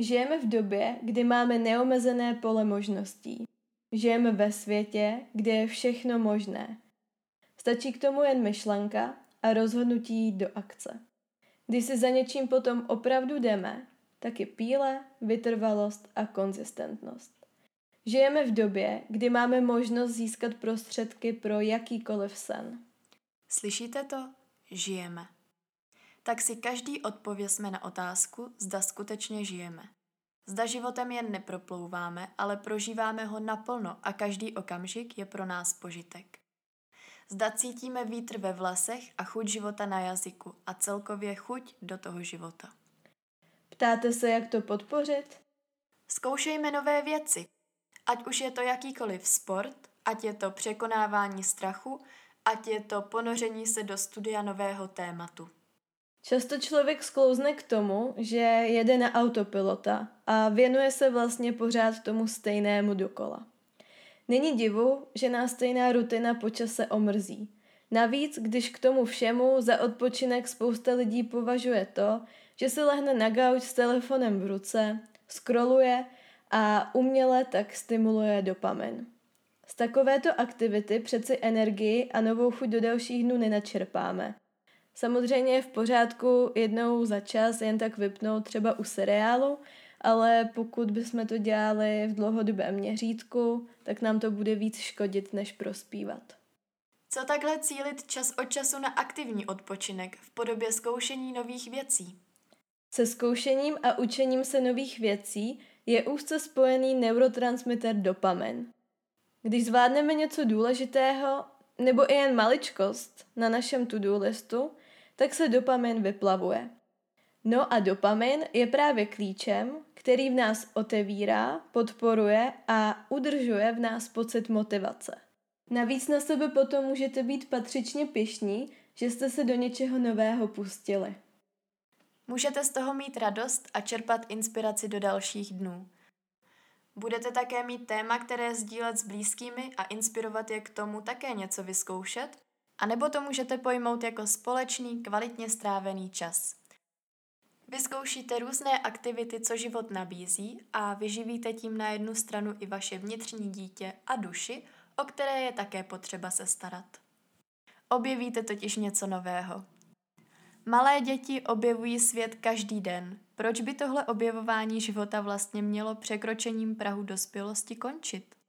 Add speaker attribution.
Speaker 1: Žijeme v době, kdy máme neomezené pole možností. Žijeme ve světě, kde je všechno možné. Stačí k tomu jen myšlenka a rozhodnutí jít do akce. Když si za něčím potom opravdu jdeme, tak je píle, vytrvalost a konzistentnost. Žijeme v době, kdy máme možnost získat prostředky pro jakýkoliv sen.
Speaker 2: Slyšíte to? Žijeme. Tak si každý odpovězme na otázku, zda skutečně žijeme. Zda životem jen neproplouváme, ale prožíváme ho naplno a každý okamžik je pro nás požitek. Zda cítíme vítr ve vlasech a chuť života na jazyku a celkově chuť do toho života.
Speaker 1: Ptáte se, jak to podpořit?
Speaker 2: Zkoušejme nové věci. Ať už je to jakýkoliv sport, ať je to překonávání strachu, ať je to ponoření se do studia nového tématu.
Speaker 1: Často člověk sklouzne k tomu, že jede na autopilota a věnuje se vlastně pořád tomu stejnému dokola. Není divu, že nás stejná rutina po čase omrzí. Navíc, když k tomu všemu za odpočinek spousta lidí považuje to, že se lehne na gauč s telefonem v ruce, scrolluje a uměle tak stimuluje dopamin. Z takovéto aktivity přeci energii a novou chuť do dalších dnů nenačerpáme. Samozřejmě je v pořádku jednou za čas jen tak vypnout třeba u seriálu, ale pokud bychom to dělali v dlouhodobém měřítku, tak nám to bude víc škodit, než prospívat.
Speaker 2: Co takhle cílit čas od času na aktivní odpočinek v podobě zkoušení nových věcí?
Speaker 1: Se zkoušením a učením se nových věcí je úzce spojený neurotransmitter dopamin. Když zvládneme něco důležitého, nebo i jen maličkost na našem to-do listu, tak se dopamin vyplavuje. No a dopamin je právě klíčem, který v nás otevírá, podporuje a udržuje v nás pocit motivace. Navíc na sebe potom můžete být patřičně pyšní, že jste se do něčeho nového pustili.
Speaker 2: Můžete z toho mít radost a čerpat inspiraci do dalších dnů. Budete také mít téma, které sdílet s blízkými a inspirovat je k tomu také něco vyzkoušet? A nebo to můžete pojmout jako společný, kvalitně strávený čas. Vyzkoušíte různé aktivity, co život nabízí a vyživíte tím na jednu stranu i vaše vnitřní dítě a duši, o které je také potřeba se starat. Objevíte totiž něco nového. Malé děti objevují svět každý den. Proč by tohle objevování života vlastně mělo překročením prahu dospělosti končit?